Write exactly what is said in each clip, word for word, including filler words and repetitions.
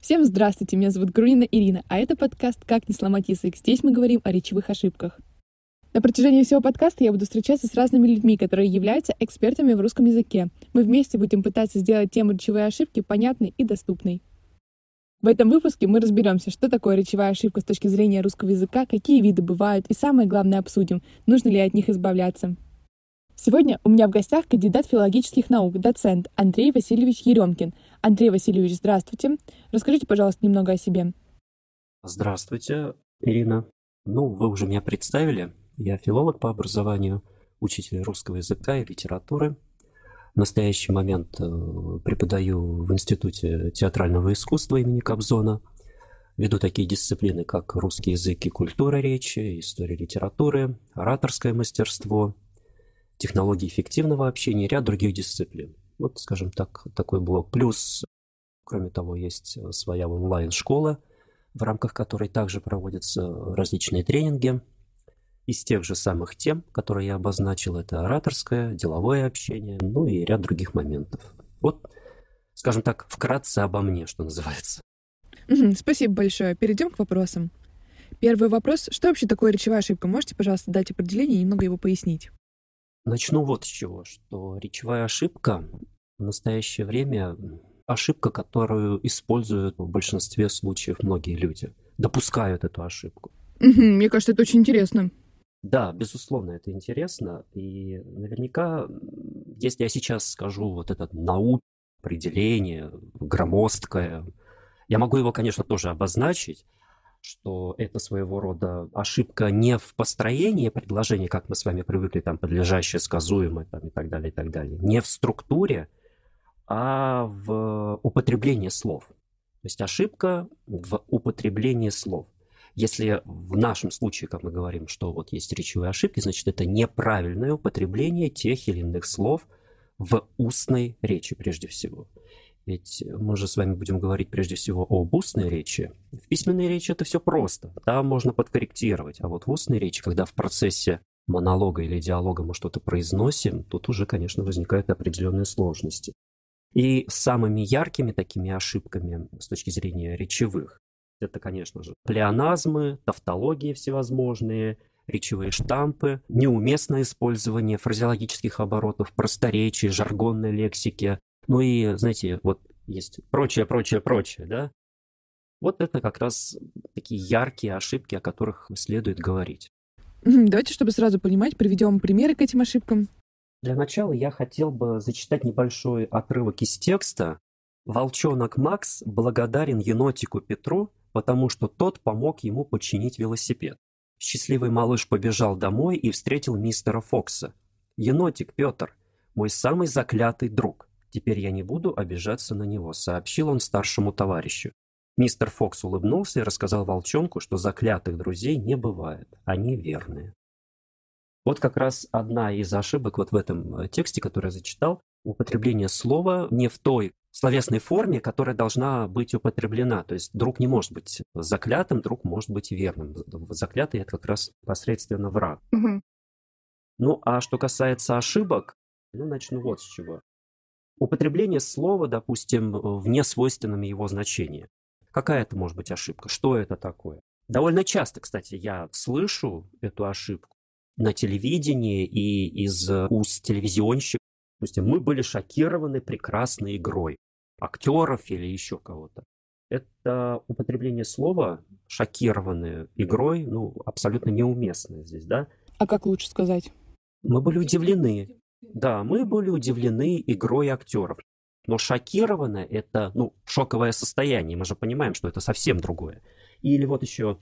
Всем здравствуйте, меня зовут Грунина Ирина, а это подкаст «Как не сломать язык». Здесь мы говорим о речевых ошибках. На протяжении всего подкаста я буду встречаться с разными людьми, которые являются экспертами в русском языке. Мы вместе будем пытаться сделать тему речевые ошибки понятной и доступной. В этом выпуске мы разберемся, что такое речевая ошибка с точки зрения русского языка, какие виды бывают, и самое главное обсудим, нужно ли от них избавляться. Сегодня у меня в гостях кандидат филологических наук, доцент Андрей Васильевич Еремкин. Андрей Васильевич, здравствуйте. Расскажите, пожалуйста, немного о себе. Здравствуйте, Ирина. Ну, вы уже меня представили. Я филолог по образованию, учитель русского языка и литературы. В настоящий момент преподаю в Институте театрального искусства имени Кобзона. Веду такие дисциплины, как русский язык и культура речи, история литературы, ораторское мастерство, технологии эффективного общения и ряд других дисциплин. Вот, скажем так, такой блок. Плюс, кроме того, есть своя онлайн-школа, в рамках которой также проводятся различные тренинги из тех же самых тем, которые я обозначил. Это ораторское, деловое общение, ну и ряд других моментов. Вот, скажем так, вкратце обо мне, что называется. Угу, спасибо большое. Перейдем к вопросам. Первый вопрос. Что вообще такое речевая ошибка? Можете, пожалуйста, дать определение и немного его пояснить? Начну вот с чего, что речевая ошибка в настоящее время ошибка, которую используют в большинстве случаев многие люди, допускают эту ошибку. Угу, мне кажется, это очень интересно. Да, безусловно, это интересно, и наверняка, если я сейчас скажу вот это научное определение, громоздкое, я могу его, конечно, тоже обозначить, что это своего рода ошибка не в построении предложения, как мы с вами привыкли, там, подлежащее, сказуемое, там, и так далее, и так далее, не в структуре, а в употреблении слов. То есть ошибка в употреблении слов. Если в нашем случае, как мы говорим, что вот есть речевые ошибки, значит, это неправильное употребление тех или иных слов в устной речи прежде всего. Ведь мы же с вами будем говорить прежде всего об устной речи. В письменной речи это все просто, там можно подкорректировать. А вот в устной речи, когда в процессе монолога или диалога мы что-то произносим, тут уже, конечно, возникают определенные сложности. И самыми яркими такими ошибками с точки зрения речевых, это, конечно же, плеоназмы, тавтологии всевозможные, речевые штампы, неуместное использование фразеологических оборотов, просторечий, жаргонной лексики. Ну и, знаете, вот есть прочее, прочее, прочее, да? Вот это как раз такие яркие ошибки, о которых следует говорить. Давайте, чтобы сразу понимать, приведем примеры к этим ошибкам. Для начала я хотел бы зачитать небольшой отрывок из текста. «Волчонок Макс благодарен енотику Петру, потому что тот помог ему починить велосипед. Счастливый малыш побежал домой и встретил мистера Фокса. Енотик Петр, мой самый заклятый друг. Теперь я не буду обижаться на него», — сообщил он старшему товарищу. Мистер Фокс улыбнулся и рассказал волчонку, что заклятых друзей не бывает, они верные. Вот как раз одна из ошибок вот в этом тексте, который я зачитал, употребление слова не в той словесной форме, которая должна быть употреблена. То есть друг не может быть заклятым, друг может быть верным. Заклятый — это как раз посредственно враг. Угу. Ну, а что касается ошибок, ну, начну вот с чего. Употребление слова, допустим, в несвойственном его значении. Какая это может быть ошибка? Что это такое? Довольно часто, кстати, я слышу эту ошибку на телевидении и из уст телевизионщиков. Допустим, мы были шокированы прекрасной игрой актеров или еще кого-то. Это употребление слова «шокированы игрой», ну, абсолютно неуместное здесь, да? А как лучше сказать? Мы были удивлены. Да, мы были удивлены игрой актеров. Но шокированы — это, ну, шоковое состояние. Мы же понимаем, что это совсем другое. Или вот еще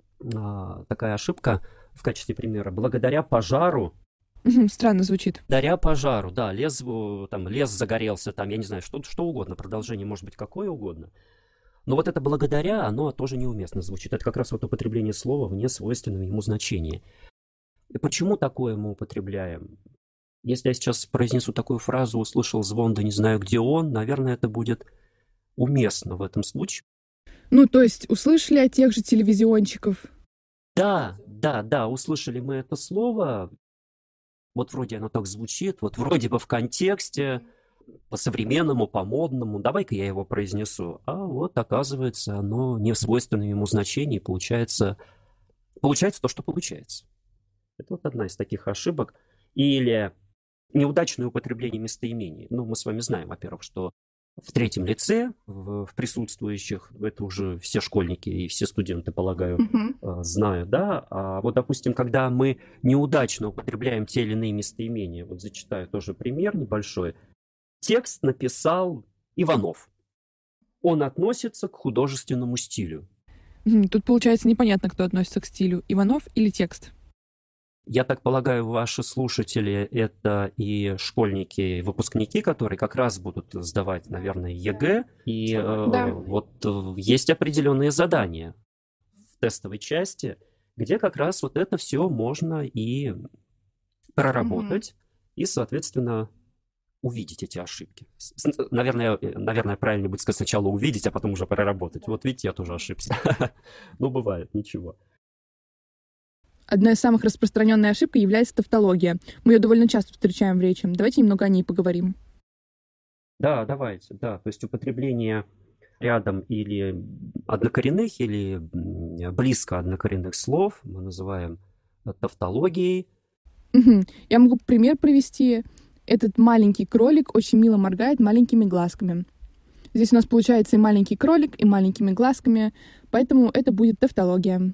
а, такая ошибка в качестве примера. Благодаря пожару. Странно звучит. Благодаря пожару, да, лес, там, лес загорелся, там, я не знаю, что, что угодно. Продолжение может быть какое угодно. Но вот это «благодаря», оно тоже неуместно звучит. Это как раз вот употребление слова в несвойственном ему значении. И почему такое мы употребляем? Если я сейчас произнесу такую фразу «услышал звон, да не знаю, где он», наверное, это будет уместно в этом случае. Ну, то есть услышали от тех же телевизионщиков? Да, да, да, услышали мы это слово. Вот вроде оно так звучит, вот вроде бы в контексте, по-современному, по-модному, давай-ка я его произнесу. А вот, оказывается, оно не в свойственном ему значении, получается, получается то, что получается. Это вот одна из таких ошибок. Или неудачное употребление местоимений. Ну, мы с вами знаем, во-первых, что в третьем лице, в, в присутствующих, это уже все школьники и все студенты, полагаю, Мгм. знают, да. А вот, допустим, когда мы неудачно употребляем те или иные местоимения, вот зачитаю тоже пример небольшой. Текст написал Иванов. Он относится к художественному стилю. Мгм. Тут получается непонятно, кто относится к стилю, Иванов или текст. Я так полагаю, ваши слушатели — это и школьники, и выпускники, которые как раз будут сдавать, наверное, ЕГЭ. И э, Да. вот э, есть определенные задания в тестовой части, где как раз вот это все можно и проработать, и, соответственно, увидеть эти ошибки. С- с- Наверное, э, наверное, правильнее будет сказать сначала увидеть, а потом уже проработать. Вот видите, я тоже ошибся. Ну, бывает, ничего. Одна из самых распространенных ошибок является тавтология. Мы ее довольно часто встречаем в речи. Давайте немного о ней поговорим. Да, давайте, да. То есть употребление рядом или однокоренных, или м, близко однокоренных слов мы называем э, тавтологией. Мгм. Я могу пример привести. Этот маленький кролик очень мило моргает маленькими глазками. Здесь у нас получается и маленький кролик, и маленькими глазками, поэтому это будет тавтология.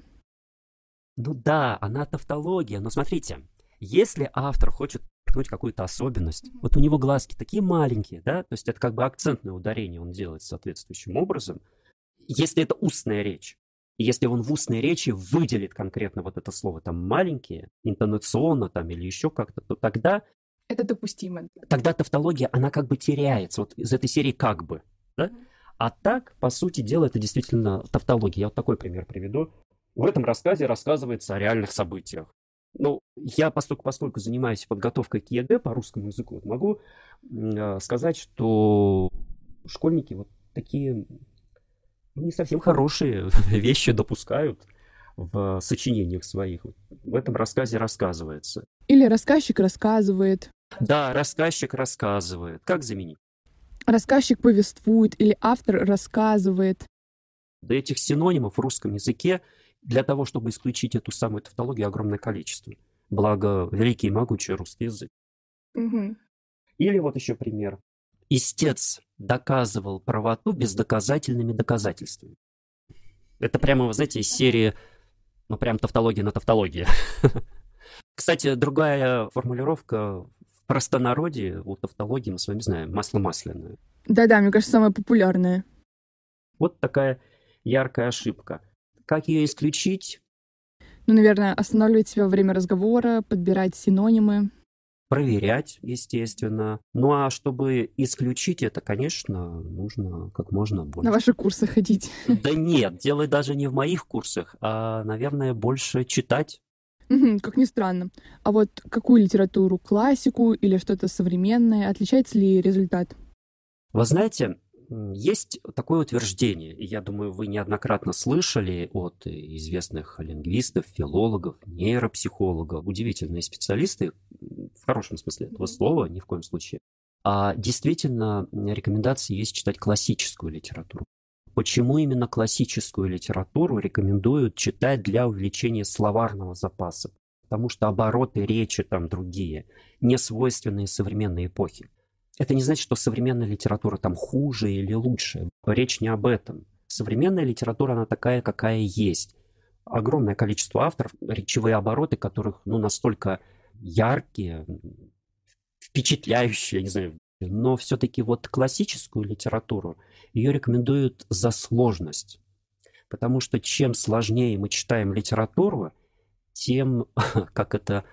Ну да, она тавтология, но смотрите, если автор хочет подчеркнуть какую-то особенность, вот у него глазки такие маленькие, да, то есть это как бы акцентное ударение он делает соответствующим образом. Если это устная речь, и если он в устной речи выделит конкретно вот это слово там маленькие, интонационно там или еще как-то, то тогда, Это допустимо. тогда тавтология, она как бы теряется вот из этой серии как бы, да? А так, по сути дела, это действительно тавтология. Я вот такой пример приведу. В этом рассказе рассказывается о реальных событиях. Ну, я, поскольку, поскольку занимаюсь подготовкой к ЕГЭ по русскому языку, вот могу м, э, сказать, что школьники вот такие ну, не совсем хорошие вещи допускают в сочинениях своих. В этом рассказе рассказывается. Или рассказчик рассказывает, Да, рассказчик рассказывает. Как заменить? рассказчик повествует, или автор рассказывает. Да этих синонимов в русском языке для того, чтобы исключить эту самую тавтологию, огромное количество. Благо, великий и могучий русский язык. Мгм. Или вот еще пример. Истец доказывал правоту бездоказательными доказательствами. Это прямо, вы знаете, из серии, ну, прям тавтология на тавтологии. Кстати, другая формулировка в простонародье у тавтологии мы с вами знаем. Масло масляное. Да-да, мне кажется, самое популярное. Вот такая яркая ошибка. Как ее исключить? Ну, наверное, останавливать себя во время разговора, подбирать синонимы. Проверять, естественно. Ну а чтобы исключить это, конечно, нужно как можно На больше. ваши курсы ходить. Да нет, дело даже не в моих курсах, а, наверное, больше читать. Мгм, как ни странно. А вот какую литературу? Классику или что-то современное? Отличается ли результат? Вы знаете, м, есть такое утверждение, и я думаю, вы неоднократно слышали от известных лингвистов, филологов, нейропсихологов, удивительные специалисты, м, в хорошем смысле этого слова, ни в коем случае. А действительно, м, рекомендации есть читать классическую литературу. Почему именно классическую литературу рекомендуют читать для увеличения словарного запаса? Потому что обороты речи там другие, не свойственные современной эпохе. Это не значит, что современная литература там хуже или лучше. Речь не об этом. Современная литература, она такая, какая есть. Огромное количество авторов, речевые обороты, которых ну, настолько яркие, впечатляющие, я не знаю. Но все-таки вот классическую литературу ее рекомендуют за сложность. Потому что чем сложнее мы читаем литературу, тем, как это,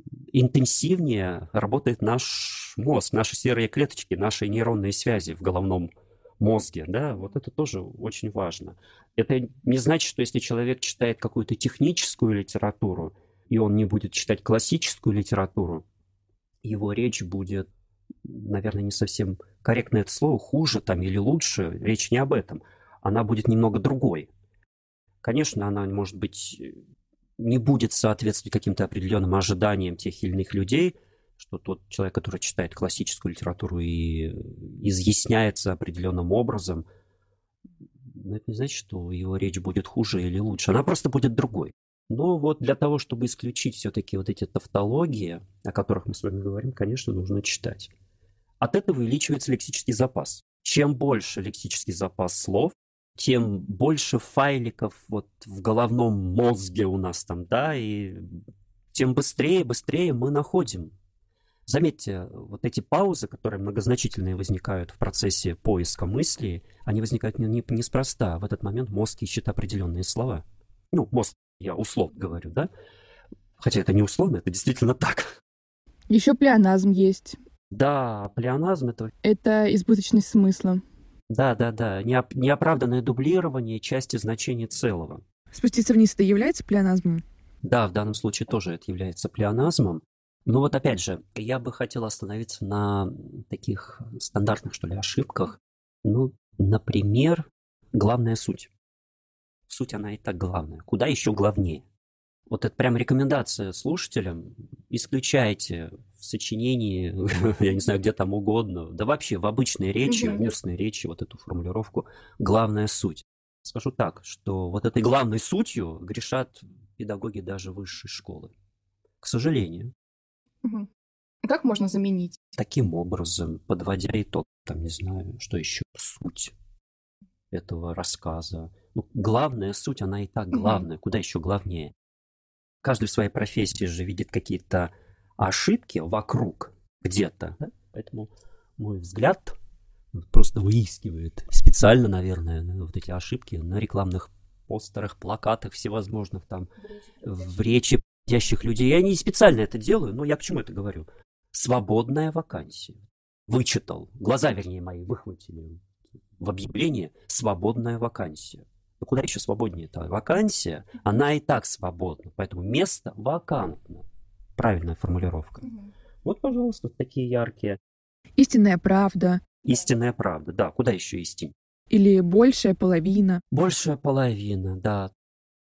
интенсивнее работает наш мозг, наши серые клеточки, наши нейронные связи в головном мозге, да, вот это тоже очень важно. Это не значит, что если человек читает какую-то техническую литературу, и он не будет читать классическую литературу, его речь будет, наверное, не совсем корректное это слово, хуже там или лучше, речь не об этом. Она будет немного другой. Конечно, она, может быть, не будет соответствовать каким-то определенным ожиданиям тех или иных людей, что тот человек, который читает классическую литературу и изъясняется определенным образом, ну, это не значит, что его речь будет хуже или лучше. Она просто будет другой. Но вот для того, чтобы исключить все-таки вот эти тавтологии, о которых мы с вами говорим, конечно, нужно читать. От этого увеличивается лексический запас. Чем больше лексический запас слов, тем больше файликов вот в головном мозге у нас там, да, и тем быстрее, быстрее мы находим. Заметьте, вот эти паузы, которые многозначительные возникают в процессе поиска мыслей, они возникают не, не, неспроста. В этот момент мозг ищет определенные слова. Ну, мозг, я условно говорю, да? Хотя это не условно, это действительно так. Еще плеоназм есть. Да, плеоназм это... Это избыточность смысла. Да, да, да. Неоп- неоправданное дублирование части значения целого. Спуститься вниз это является плеоназмом? Да, в данном случае тоже это является плеоназмом. Но вот опять же, я бы хотел остановиться на таких стандартных, что ли, ошибках. Ну, например, главная суть. Суть, она и так главная. Куда еще главнее? Вот это прям рекомендация слушателям. Исключайте в сочинении, я не знаю, где там угодно, да вообще в обычной речи, в устной речи вот эту формулировку «главная суть». Скажу так, что вот этой главной сутью грешат педагоги даже высшей школы. К сожалению. Угу. Как можно заменить? Таким образом, подводя итог, там, не знаю, что еще, суть этого рассказа. Ну, главная суть, она и так главная. Угу. Куда еще главнее? Каждый в своей профессии же видит какие-то ошибки вокруг, где-то. Да? Поэтому мой взгляд просто выискивает специально, наверное, вот эти ошибки на рекламных постерах, плакатах всевозможных там, в речи приходящих людей. Я не специально это делаю, но я к чему это говорю? Свободная вакансия. Вычитал. Глаза, вернее, мои выхватили в объявлении «свободная вакансия». Ну, куда еще свободнее эта вакансия? Она и так свободна, поэтому место вакантно. Правильная формулировка. Угу. Вот, пожалуйста, такие яркие. Истинная правда. Истинная правда, да. Куда еще истинь? Или большая половина. Большая половина, да.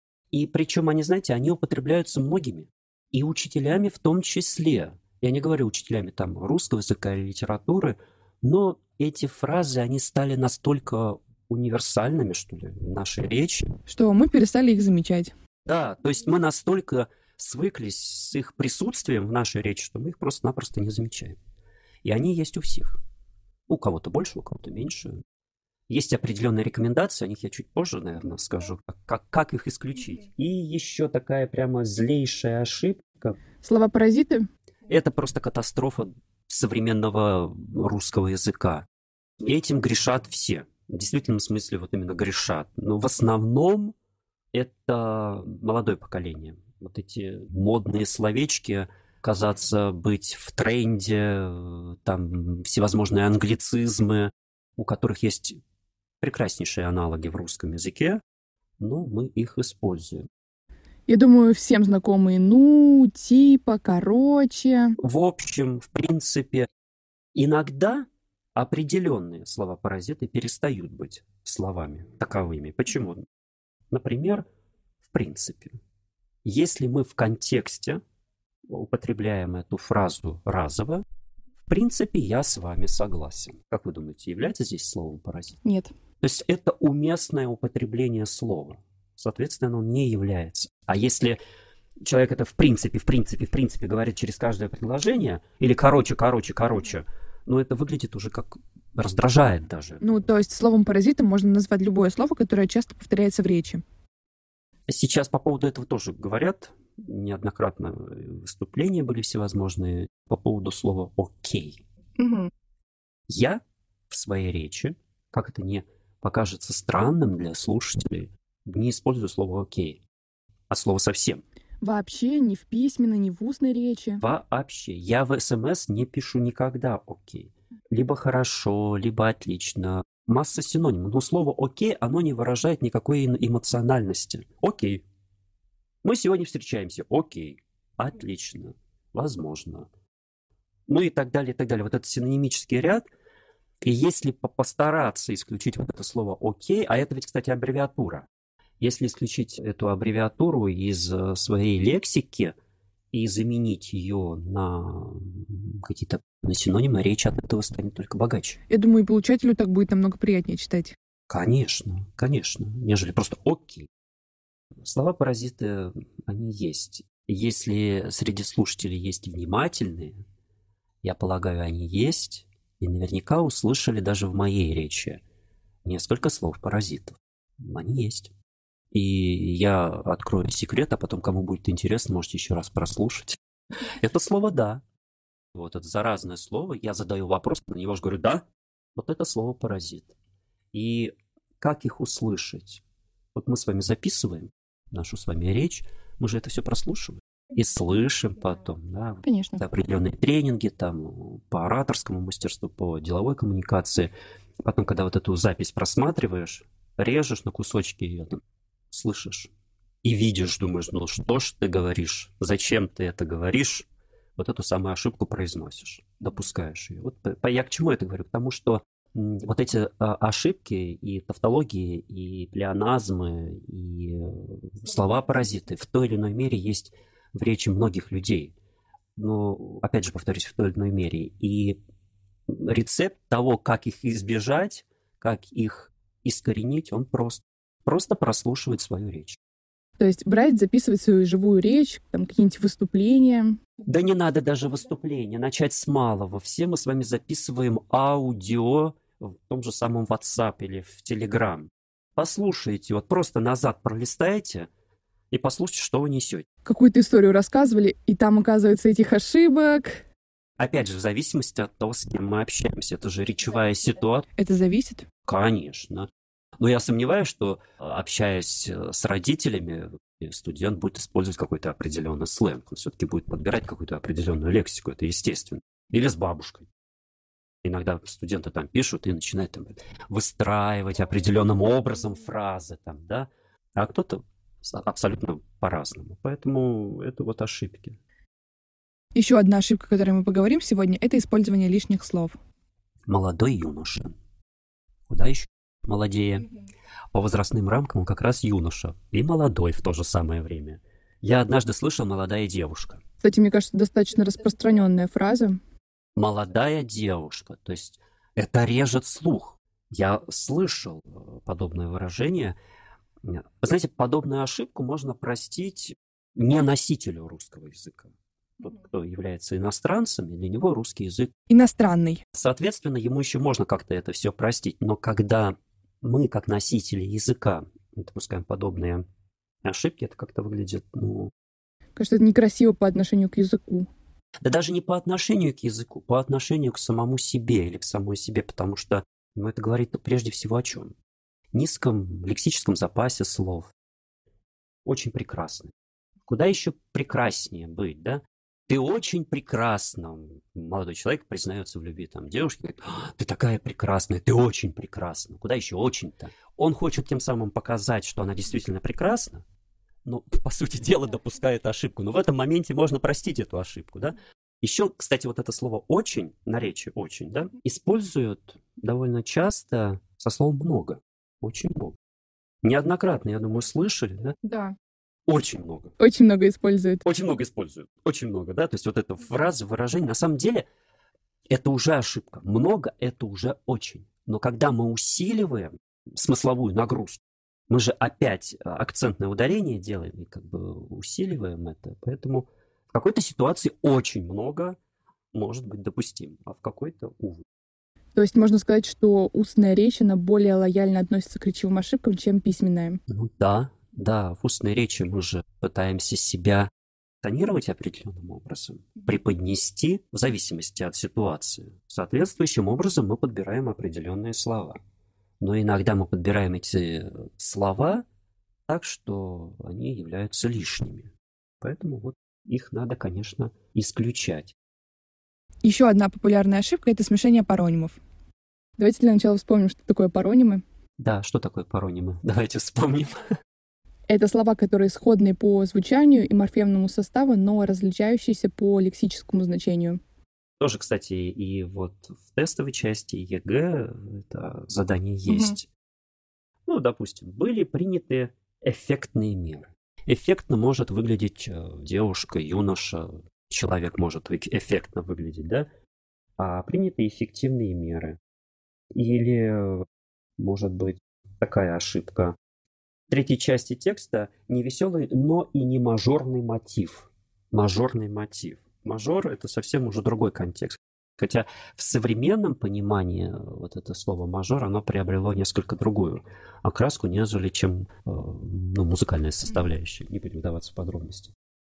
И причем они, знаете, они употребляются многими. И учителями в том числе. Я не говорю учителями там русского языка или литературы, но эти фразы, они стали настолько универсальными, что ли, в нашей речи. Что мы перестали их замечать. Да, то есть мы настолько свыклись с их присутствием в нашей речи, что мы их просто-напросто не замечаем. И они есть у всех. У кого-то больше, у кого-то меньше. Есть определенные рекомендации, о них я чуть позже, наверное, скажу, как, как их исключить. И еще такая прямо злейшая ошибка. Слова-паразиты? Это просто катастрофа современного русского языка. И этим грешат все. В действительном смысле вот именно грешат. Но в основном это молодое поколение. Вот эти модные словечки, казаться быть в тренде, там всевозможные англицизмы, у которых есть прекраснейшие аналоги в русском языке, но мы их используем. Я думаю, всем знакомые «ну», «типа», «короче». В общем, в принципе, иногда определенные слова-паразиты перестают быть словами таковыми. Почему? Например, в принципе. Если мы в контексте употребляем эту фразу разово, в принципе, я с вами согласен. Как вы думаете, является здесь словом паразит? Нет. То есть это уместное употребление слова. Соответственно, оно не является. А если человек это в принципе, в принципе, в принципе говорит через каждое предложение, или короче, короче, короче, ну это выглядит уже как раздражает даже. Ну, то есть словом паразитом можно назвать любое слово, которое часто повторяется в речи. Сейчас по поводу этого тоже говорят. Неоднократно выступления были всевозможные по поводу слова «окей». Угу. Я в своей речи, как это не покажется странным для слушателей, не использую слово «окей», а слово совсем. Вообще, ни в письменной, ни в устной речи. Вообще. Я в СМС не пишу никогда «окей». Либо «хорошо», либо «отлично». Масса синонимов. Но слово «окей», оно не выражает никакой эмоциональности. «Окей». Мы сегодня встречаемся. Окей. Отлично. Возможно. Ну и так далее, и так далее. Вот это синонимический ряд. И если постараться исключить вот это слово «окей», а это ведь, кстати, аббревиатура. Если исключить эту аббревиатуру из своей лексики, и заменить ее на какие-то на синонимы, речь от этого станет только богаче. Я думаю, и получателю так будет намного приятнее читать. Конечно, конечно, нежели просто окей. Слова-паразиты, они есть. Если среди слушателей есть внимательные, я полагаю, они есть, и наверняка услышали даже в моей речи несколько слов-паразитов. Они есть. И я открою секрет, а потом, кому будет интересно, можете еще раз прослушать. Это слово «да». Вот это заразное слово. Я задаю вопрос, на него же говорю «да». Вот это слово «паразит». И как их услышать? Вот мы с вами записываем нашу с вами речь, мы же это все прослушиваем и слышим потом, да. Конечно. Определенные тренинги там по ораторскому мастерству, по деловой коммуникации. Потом, когда вот эту запись просматриваешь, режешь на кусочки ее, там, слышишь и видишь, думаешь, ну что ж ты говоришь, зачем ты это говоришь, вот эту самую ошибку произносишь, допускаешь ее. Вот я к чему это говорю? К тому, что вот эти ошибки и тавтологии, и плеоназмы, и слова-паразиты в той или иной мере есть в речи многих людей. Но, опять же, повторюсь, в той или иной мере. И рецепт того, как их избежать, как их искоренить, он прост. Просто прослушивать свою речь. То есть брать, записывать свою живую речь, там какие-нибудь выступления. Да не надо даже выступления, начать с малого. Все мы с вами записываем аудио в том же самом WhatsApp или в Telegram. Послушайте, вот просто назад пролистайте и послушайте, что вы несете. Какую-то историю рассказывали, и там, оказывается, этих ошибок. Опять же, в зависимости от того, с кем мы общаемся. Это же речевая ситуация. Это зависит? Конечно. Но я сомневаюсь, что, общаясь с родителями, студент будет использовать какой-то определенный сленг. Он все-таки будет подбирать какую-то определенную лексику, это естественно. Или с бабушкой. Иногда студенты там пишут и начинают там выстраивать определенным образом фразы, там, да? А кто-то абсолютно по-разному. Поэтому это вот ошибки. Еще одна ошибка, о которой мы поговорим сегодня, это использование лишних слов. Молодой юноша. Куда еще? Молодее. По возрастным рамкам он как раз юноша. И молодой в то же самое время. Я однажды слышал «молодая девушка». Кстати, мне кажется, достаточно распространенная фраза. Молодая девушка. То есть это режет слух. Я слышал подобное выражение. Вы знаете, подобную ошибку можно простить не носителю русского языка. Тот, кто является иностранцем, для него русский язык иностранный. Соответственно, ему еще можно как-то это все простить. Но когда мы, как носители языка, допускаем подобные ошибки, это как-то выглядит, ну... Кажется, это некрасиво по отношению к языку. Да даже не по отношению к языку, по отношению к самому себе или к самой себе, потому что ну, это говорит ну, прежде всего о чем? Низком лексическом запасе слов. Очень прекрасно. Куда еще прекраснее быть, да? Ты очень прекрасна. Молодой человек признается в любви там девушке, говорит, ты такая прекрасная, ты очень прекрасна. Куда еще очень-то? Он хочет тем самым показать, что она действительно прекрасна, но, по сути дела, допускает ошибку. Но в этом моменте можно простить эту ошибку, да? Еще, кстати, вот это слово «очень», наречие «очень», да, используют довольно часто со словом «много». Очень много. Неоднократно, я думаю, слышали, да? Да. Очень много. Очень много используют. Очень много используют. Очень много, да? То есть вот эта фраза, выражение, на самом деле, это уже ошибка. Много – это уже очень. Но когда мы усиливаем смысловую нагрузку, мы же опять акцентное ударение делаем и как бы усиливаем это. Поэтому в какой-то ситуации очень много может быть допустим, а в какой-то, увы. То есть можно сказать, что устная речь, она более лояльно относится к речевым ошибкам, чем письменная? Ну да. Да, в устной речи мы же пытаемся себя тонировать определенным образом, преподнести в зависимости от ситуации. Соответствующим образом мы подбираем определенные слова. Но иногда мы подбираем эти слова так, что они являются лишними. Поэтому вот их надо, конечно, исключать. Еще одна популярная ошибка — это смешение паронимов. Давайте для начала вспомним, что такое паронимы. Да, что такое паронимы? Давайте вспомним. Это слова, которые сходны по звучанию и морфемному составу, но различающиеся по лексическому значению. Тоже, кстати, и вот в тестовой части ЕГЭ это задание есть. Угу. Ну, допустим, были приняты эффектные меры. эффектно может выглядеть девушка, юноша, человек может эффектно выглядеть, да? А приняты эффективные меры. Или, может быть, такая ошибка. В третьей части текста не веселый, но и не мажорный мотив. Мажорный мотив. Мажор – это совсем уже другой контекст. Хотя в современном понимании вот это слово «мажор», оно приобрело несколько другую окраску, нежели чем ну, музыкальная составляющая. Не будем вдаваться в подробности.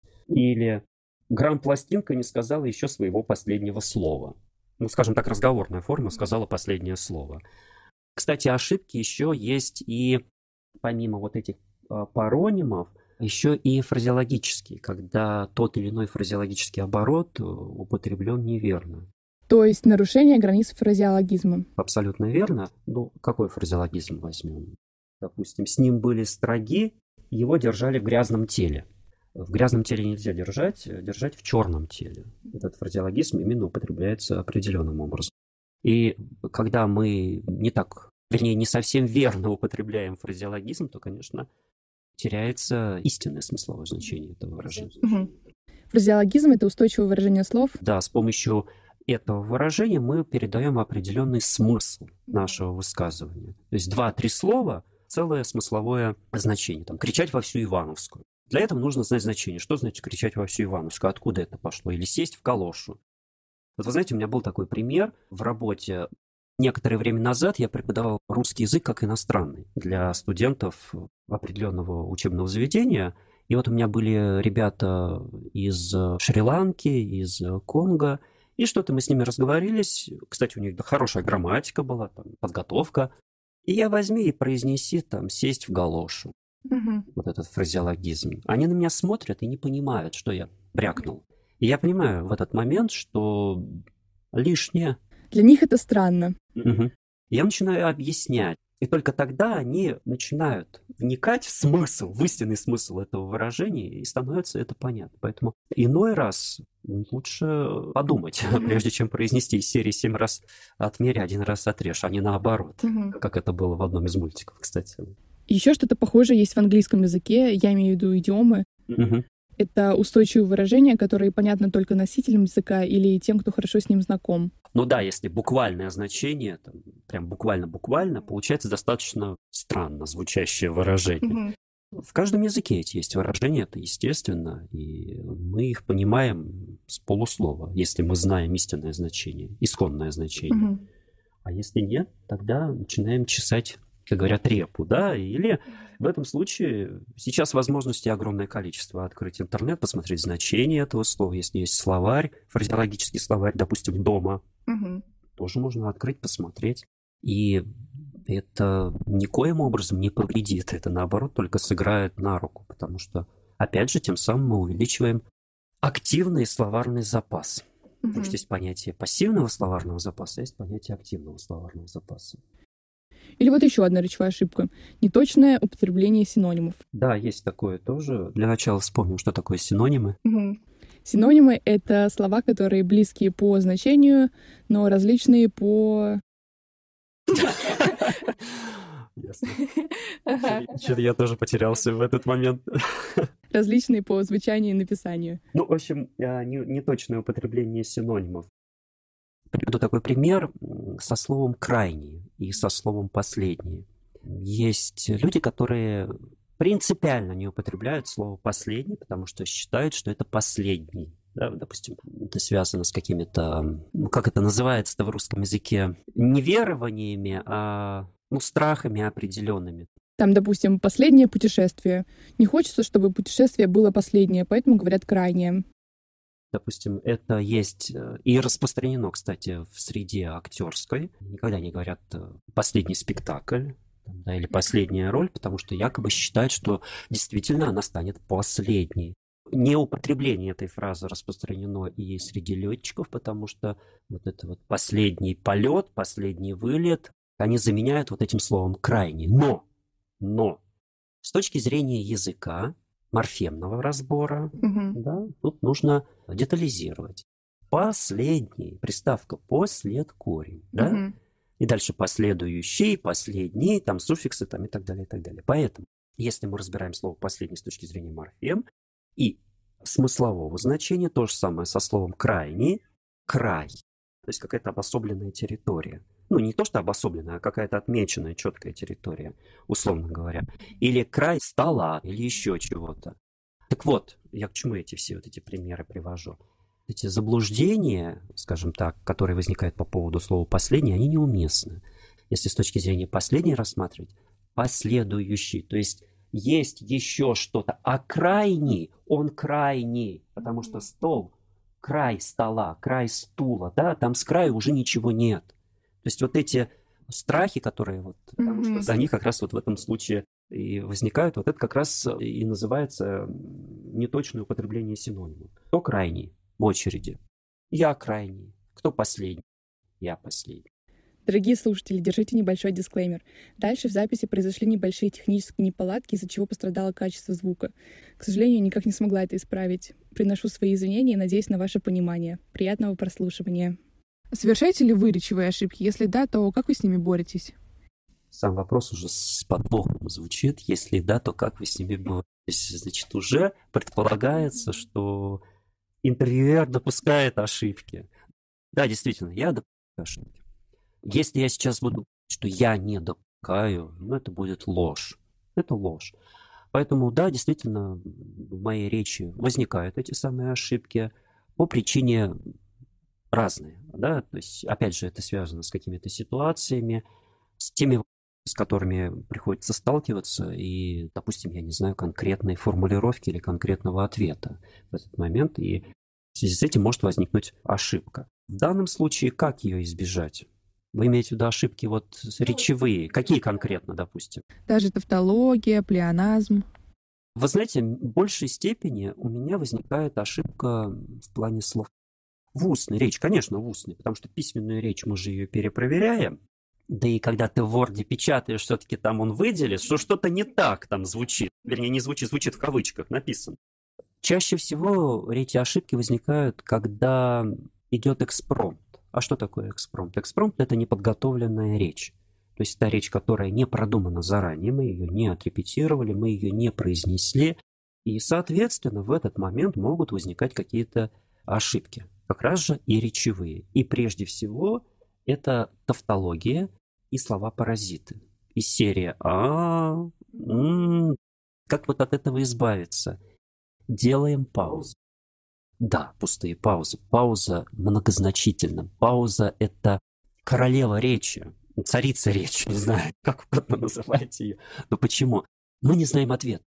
Или грамм-пластинка не сказала еще своего последнего слова. Ну, скажем так, разговорная форма сказала последнее слово. Кстати, ошибки еще есть и, помимо вот этих паронимов, еще и фразеологические, когда тот или иной фразеологический оборот употреблен неверно. То есть нарушение границ фразеологизма. Абсолютно верно. Ну, какой фразеологизм возьмем? Допустим, с ним были строги, его держали в грязном теле. В грязном теле нельзя держать, держать в черном теле. Этот фразеологизм именно употребляется определенным образом. И когда мы не так, вернее, не совсем верно употребляем фразеологизм, то, конечно, теряется истинное смысловое значение этого выражения. Угу. Фразеологизм — это устойчивое выражение слов. Да, с помощью этого выражения мы передаем определенный смысл нашего высказывания. То есть два-три слова — целое смысловое значение. Там, кричать во всю Ивановскую. Для этого нужно знать значение. Что значит кричать во всю Ивановскую? Откуда это пошло? Или сесть в калошу. Вот вы знаете, у меня был такой пример в работе. Некоторое время назад я преподавал русский язык как иностранный для студентов определенного учебного заведения. И вот у меня были ребята из Шри-Ланки, из Конго. И что-то мы с ними разговорились. Кстати, у них хорошая грамматика была, там, подготовка. И я возьми и произнеси там «сесть в галошу». Угу. Вот этот фразеологизм. Они на меня смотрят и не понимают, что я брякнул. И я понимаю в этот момент, что лишнее. Для них это странно. Угу. Я начинаю объяснять. И только тогда они начинают вникать в смысл, в истинный смысл этого выражения, и становится это понятно. Поэтому иной раз лучше подумать, прежде чем произнести из серии «семь раз отмерь, один раз отрежь», а не наоборот, угу. как это было в одном из мультиков, кстати. Еще что-то похожее есть в английском языке, я имею в виду идиомы. Угу. Это устойчивые выражения, которые понятны только носителям языка или тем, кто хорошо с ним знаком. Ну да, если буквальное значение, там, прям буквально-буквально, получается достаточно странно звучащее выражение. Угу. В каждом языке эти есть выражения, это естественно, и мы их понимаем с полуслова, если мы знаем истинное значение, исконное значение. Угу. А если нет, тогда начинаем чесать, как говорят, репу, да, или в этом случае сейчас возможностей огромное количество. Открыть интернет, посмотреть значение этого слова, если есть словарь, фразеологический словарь, допустим, дома, угу. тоже можно открыть, посмотреть. И это никоим образом не повредит, это наоборот только сыграет на руку, потому что, опять же, тем самым мы увеличиваем активный словарный запас. Угу. Потому что есть понятие пассивного словарного запаса, есть понятие активного словарного запаса. Или вот еще одна речевая ошибка. Неточное употребление синонимов. Да, есть такое тоже. Для начала вспомним, что такое синонимы. Угу. Синонимы — это слова, которые близкие по значению, но различные по... Что-то я тоже потерялся в этот момент. Различные по звучанию и написанию. Ну, в общем, неточное употребление синонимов. Приведу такой пример со словом «крайний» и со словом «последний». Есть люди, которые принципиально не употребляют слово «последний», потому что считают, что это «последний». Да, допустим, это связано с какими-то, ну, как это называется в русском языке, не верованиями, а ну, страхами определенными. Там, допустим, последнее путешествие. Не хочется, чтобы путешествие было последнее, поэтому говорят «крайнее». Допустим, это есть и распространено, кстати, в среде актерской. Никогда не говорят «последний спектакль», да, или «последняя роль», потому что якобы считают, что действительно она станет последней. Неупотребление этой фразы распространено и среди летчиков, потому что вот это вот последний полет, последний вылет, они заменяют вот этим словом «крайний». Но, но, с точки зрения языка, морфемного разбора, угу. да, тут нужно детализировать. Последний, приставка «послед» корень, да, угу. и дальше последующий, последний, там суффиксы там, и так далее, и так далее. Поэтому Если мы разбираем слово «последний» с точки зрения морфем и смыслового значения, то же самое со словом «крайний», «край», то есть какая-то обособленная территория. Ну, не то, что обособленная, а какая-то отмеченная, четкая территория, условно говоря. Или край стола, или еще чего-то. Так вот, я к чему эти все вот эти примеры привожу? Эти заблуждения, скажем так, которые возникают по поводу слова «последний», они неуместны. Если с точки зрения «последний» рассматривать, последующий, то есть есть еще что-то, а крайний, он крайний, потому что стол, край стола, край стула, да, там с краю уже ничего нет. То есть вот эти страхи, которые вот, потому Мгм. что они как раз вот в этом случае и возникают, вот это как раз и называется неточное употребление синонима. Кто крайний в очереди? Я крайний. Кто последний? Я последний. Дорогие слушатели, держите небольшой дисклеймер. Дальше в записи произошли небольшие технические неполадки, из-за чего пострадало качество звука. К сожалению, никак не смогла это исправить. Приношу свои извинения и надеюсь на ваше понимание. Приятного прослушивания. Совершаете ли вы речевые ошибки? Если да, то как вы с ними боретесь? Сам вопрос уже с подвохом звучит. Если да, то как вы с ними боретесь? Значит, уже предполагается, что интервьюер допускает ошибки. Да, действительно, я допускаю ошибки. Если я сейчас буду говорить, что я не допускаю, ну, это будет ложь. Это ложь. Поэтому, да, действительно, в моей речи возникают эти самые ошибки по причине разные. Да? То есть, опять же, это связано с какими-то ситуациями, с теми, с которыми приходится сталкиваться, и, допустим, я не знаю конкретной формулировки или конкретного ответа в этот момент, и в связи с этим может возникнуть ошибка. В данном случае как ее избежать? Вы имеете в виду ошибки вот речевые? Какие конкретно, допустим? Даже тавтология, плеоназм. Вы знаете, в большей степени у меня возникает ошибка в плане слов. В устной речи, конечно, в устной, потому что письменную речь мы же ее перепроверяем. Да и когда ты в Word печатаешь, все-таки там он выделит, что что-то не так там звучит. Вернее, не звучит, звучит в кавычках, написано. Чаще всего эти ошибки возникают, когда идет экспромт. А что такое экспромт? Экспромт – это неподготовленная речь. То есть та речь, которая не продумана заранее, мы ее не отрепетировали, мы ее не произнесли. И, соответственно, в этот момент могут возникать какие-то ошибки. Как раз же и речевые. И прежде всего это тавтология и слова-паразиты. Из серии «а», «м». Как вот от этого избавиться? Делаем паузу. Да, пустые паузы. Пауза многозначительна. Пауза – это королева речи, царица речи, не знаю, как угодно называйте ее. Но почему? Мы не знаем ответ.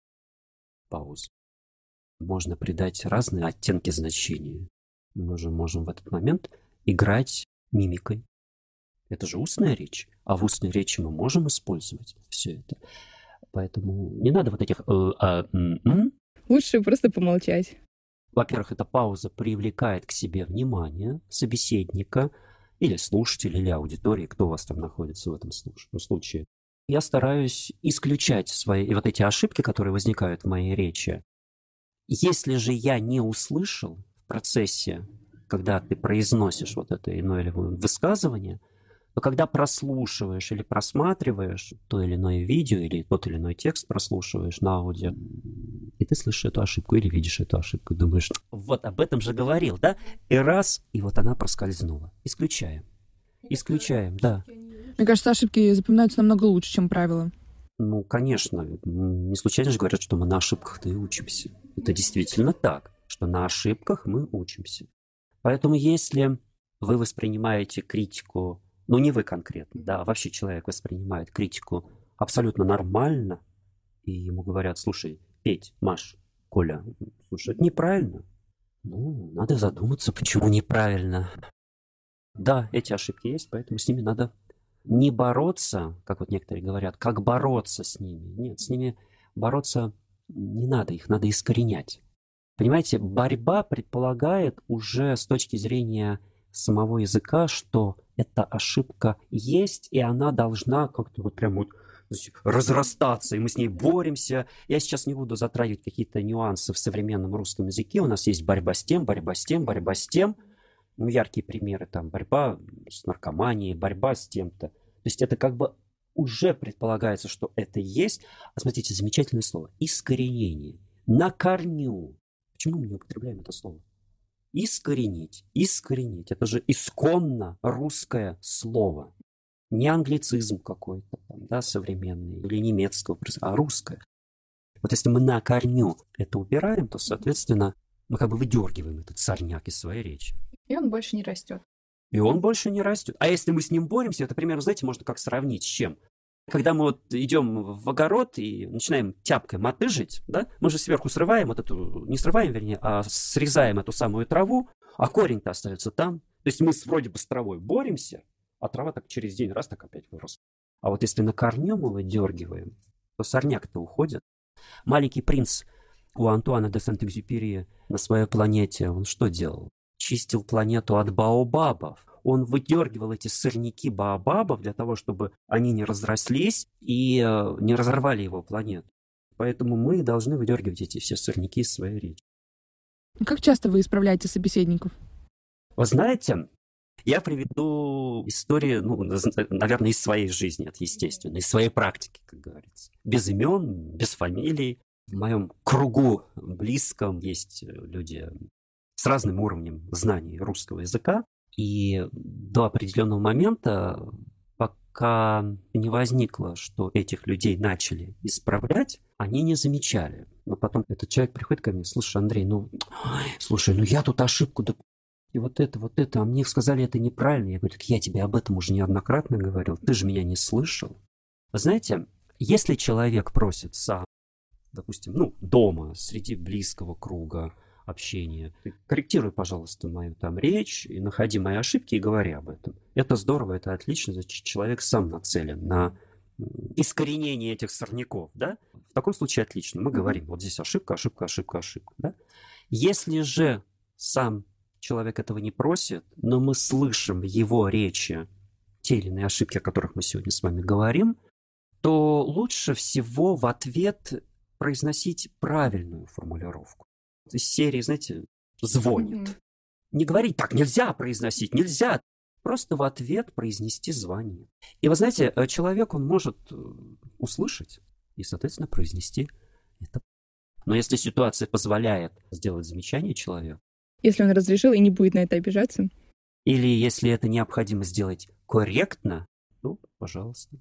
Пауза. Можно придать разные оттенки значения. Мы же можем в этот момент играть мимикой. Это же устная речь. А в устной речи мы можем использовать все это. Поэтому не надо вот этих э, а, м, м. Лучше просто помолчать. Во-первых, эта пауза привлекает к себе внимание собеседника или слушателя, или аудитории, кто у вас там находится в этом случае. Я стараюсь исключать свои вот эти ошибки, которые возникают в моей речи. Если же я не услышал в процессе, когда ты произносишь вот это иное или высказывание, то когда прослушиваешь или просматриваешь то или иное видео, или тот или иной текст прослушиваешь на аудио, и ты слышишь эту ошибку или видишь эту ошибку, думаешь, вот об этом же говорил, да? И раз, и вот она проскользнула. Исключаем. Исключаем, да. Мне кажется, ошибки запоминаются намного лучше, чем правила. Ну, конечно. Не случайно же говорят, что мы на ошибках-то и учимся. Это действительно так, что на ошибках мы учимся. Поэтому если вы воспринимаете критику, ну не вы конкретно, да, вообще человек воспринимает критику абсолютно нормально, и ему говорят, слушай, Петь, Маш, Коля, слушай, это неправильно. Ну, надо задуматься, почему неправильно. Да, эти ошибки есть, поэтому с ними надо не бороться, как вот некоторые говорят, как бороться с ними. Нет, с ними бороться не надо, их надо искоренять. Понимаете, борьба предполагает уже с точки зрения самого языка, что эта ошибка есть, и она должна как-то вот прям вот разрастаться, и мы с ней боремся. Я сейчас не буду затрагивать какие-то нюансы в современном русском языке. У нас есть борьба с тем, борьба с тем, борьба с тем. Ну, яркие примеры там борьба с наркоманией, борьба с тем-то. То есть это как бы уже предполагается, что это есть. А смотрите, замечательное слово. Искоренение. На корню. Почему мы не употребляем это слово? Искоренить. Искоренить. Это же исконно русское слово. Не англицизм какой-то, там, да, современный, или немецкого, а русское. Вот если мы на корню это убираем, то, соответственно, мы как бы выдергиваем этот сорняк из своей речи. И он больше не растет. И он больше не растет. А если мы с ним боремся, это, примерно, знаете, можно как сравнить с чем? Когда мы вот идем в огород и начинаем тяпкой мотыжить, да, мы же сверху срываем вот эту, не срываем, вернее, а срезаем эту самую траву, а корень-то остается там. То есть мы с, вроде бы с травой боремся, а трава так через день раз так опять выросла. А вот если на корню мы выдергиваем, то сорняк-то уходит. Маленький принц у Антуана де Сент-Экзюпери на своей планете, он что делал? Чистил планету от баобабов. Он выдергивал эти сорняки баобабов для того, чтобы они не разрослись и э, не разорвали его планету. Поэтому мы должны выдергивать эти все сорняки из своей речи. Как часто вы исправляете собеседников? Вы знаете, я приведу истории, ну, наверное, из своей жизни, это естественно, из своей практики, как говорится. Без имен, без фамилий. В моем кругу близком есть люди с разным уровнем знаний русского языка. И до определенного момента, пока не возникло, что этих людей начали исправлять, они не замечали. Но потом этот человек приходит ко мне: слушай, Андрей, ну, слушай, ну я тут ошибку допустил. И вот это, вот это, а мне сказали, это неправильно. Я говорю: так я тебе об этом уже неоднократно говорил, ты же меня не слышал. Вы знаете, если человек просит сам, допустим, ну, дома, среди близкого круга общения, корректируй, пожалуйста, мою там речь, и находи мои ошибки и говори об этом. Это здорово, это отлично, значит, человек сам нацелен на искоренение этих сорняков, да? В таком случае отлично, мы говорим, вот здесь ошибка, ошибка, ошибка, ошибка, да? Если же сам человек этого не просит, но мы слышим в его речи те или иные ошибки, о которых мы сегодня с вами говорим, то лучше всего в ответ произносить правильную формулировку. Из серии, знаете, звонит. Mm-hmm. Не говорить так, нельзя произносить, нельзя. Просто в ответ произнести звание. И вы знаете, человек, он может услышать и, соответственно, произнести это. Но если ситуация позволяет сделать замечание человеку, если он разрешил и не будет на это обижаться, или если это необходимо сделать корректно, то пожалуйста.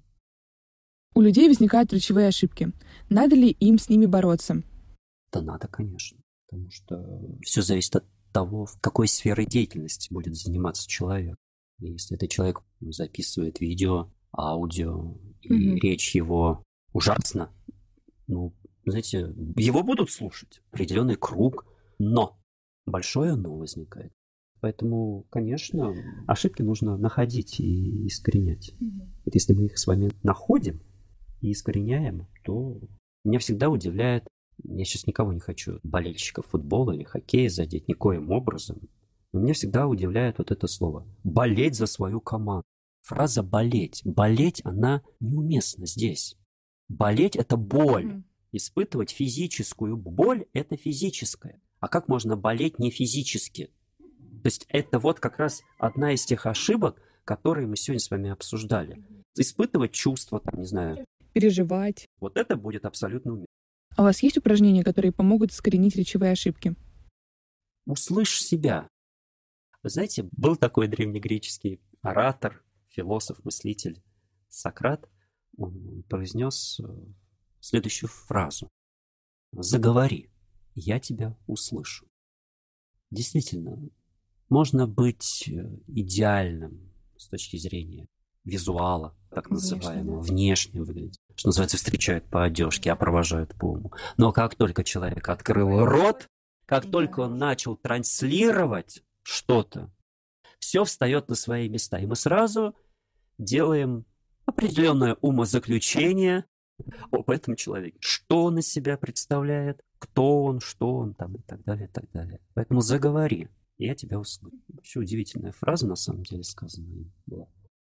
У людей возникают речевые ошибки. Надо ли им с ними бороться? Да надо, конечно. Потому что все зависит от того, в какой сферой деятельности будет заниматься человек. И если этот человек записывает видео, аудио, и mm-hmm. речь его ужасна, ну, знаете, его будут слушать. Определенный круг. Но большое но возникает. Поэтому, конечно, ошибки нужно находить и искоренять. Mm-hmm. Вот если мы их с вами находим и искореняем, то меня всегда удивляет. Я сейчас никого не хочу, болельщиков футбола или хоккея, задеть никоим образом. Но меня всегда удивляет вот это слово. Болеть за свою команду. Фраза болеть. Болеть, она неуместна здесь. Болеть – это боль. Mm. Испытывать физическую боль – это физическое. А как можно болеть не физически? То есть это вот как раз одна из тех ошибок, которые мы сегодня с вами обсуждали. Испытывать чувства, там, не знаю. Переживать. Вот это будет абсолютно уместно. А у вас есть упражнения, которые помогут искоренить речевые ошибки? Услышь себя. Вы знаете, был такой древнегреческий оратор, философ, мыслитель Сократ. Он произнес следующую фразу. «Заговори, я тебя услышу». Действительно, можно быть идеальным с точки зрения визуала, так называемого, внешне, да. Внешне выглядеть. Что называется, встречают по одежке, а провожают по уму. Но как только человек открыл рот, как только он начал транслировать что-то, все встает на свои места. И мы сразу делаем определенное умозаключение об этом человеке. Что он из себя представляет, кто он, что он, там, и так далее, и так далее. Поэтому заговори, я тебя услышу. Вообще удивительная фраза, на самом деле, сказана была.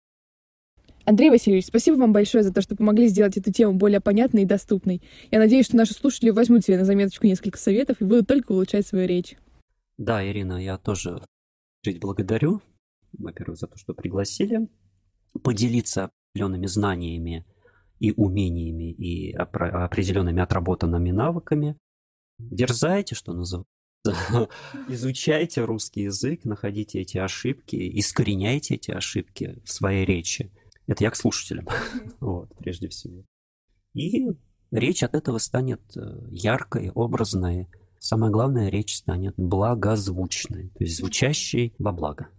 Андрей Васильевич, спасибо вам большое за то, что помогли сделать эту тему более понятной и доступной. Я надеюсь, что наши слушатели возьмут себе на заметочку несколько советов и будут только улучшать свою речь. Да, Ирина, я тоже благодарю, во-первых, за то, что пригласили, поделиться определенными знаниями и умениями, и определенными отработанными навыками. Дерзайте, что называется. Изучайте русский язык, находите эти ошибки, искореняйте эти ошибки в своей речи. Это я к слушателям, вот, прежде всего. И речь от этого станет яркой, образной. Самое главное, речь станет благозвучной, то есть звучащей во благо.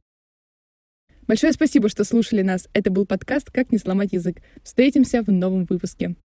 Большое спасибо, что слушали нас. Это был подкаст «Как не сломать язык». Встретимся в новом выпуске.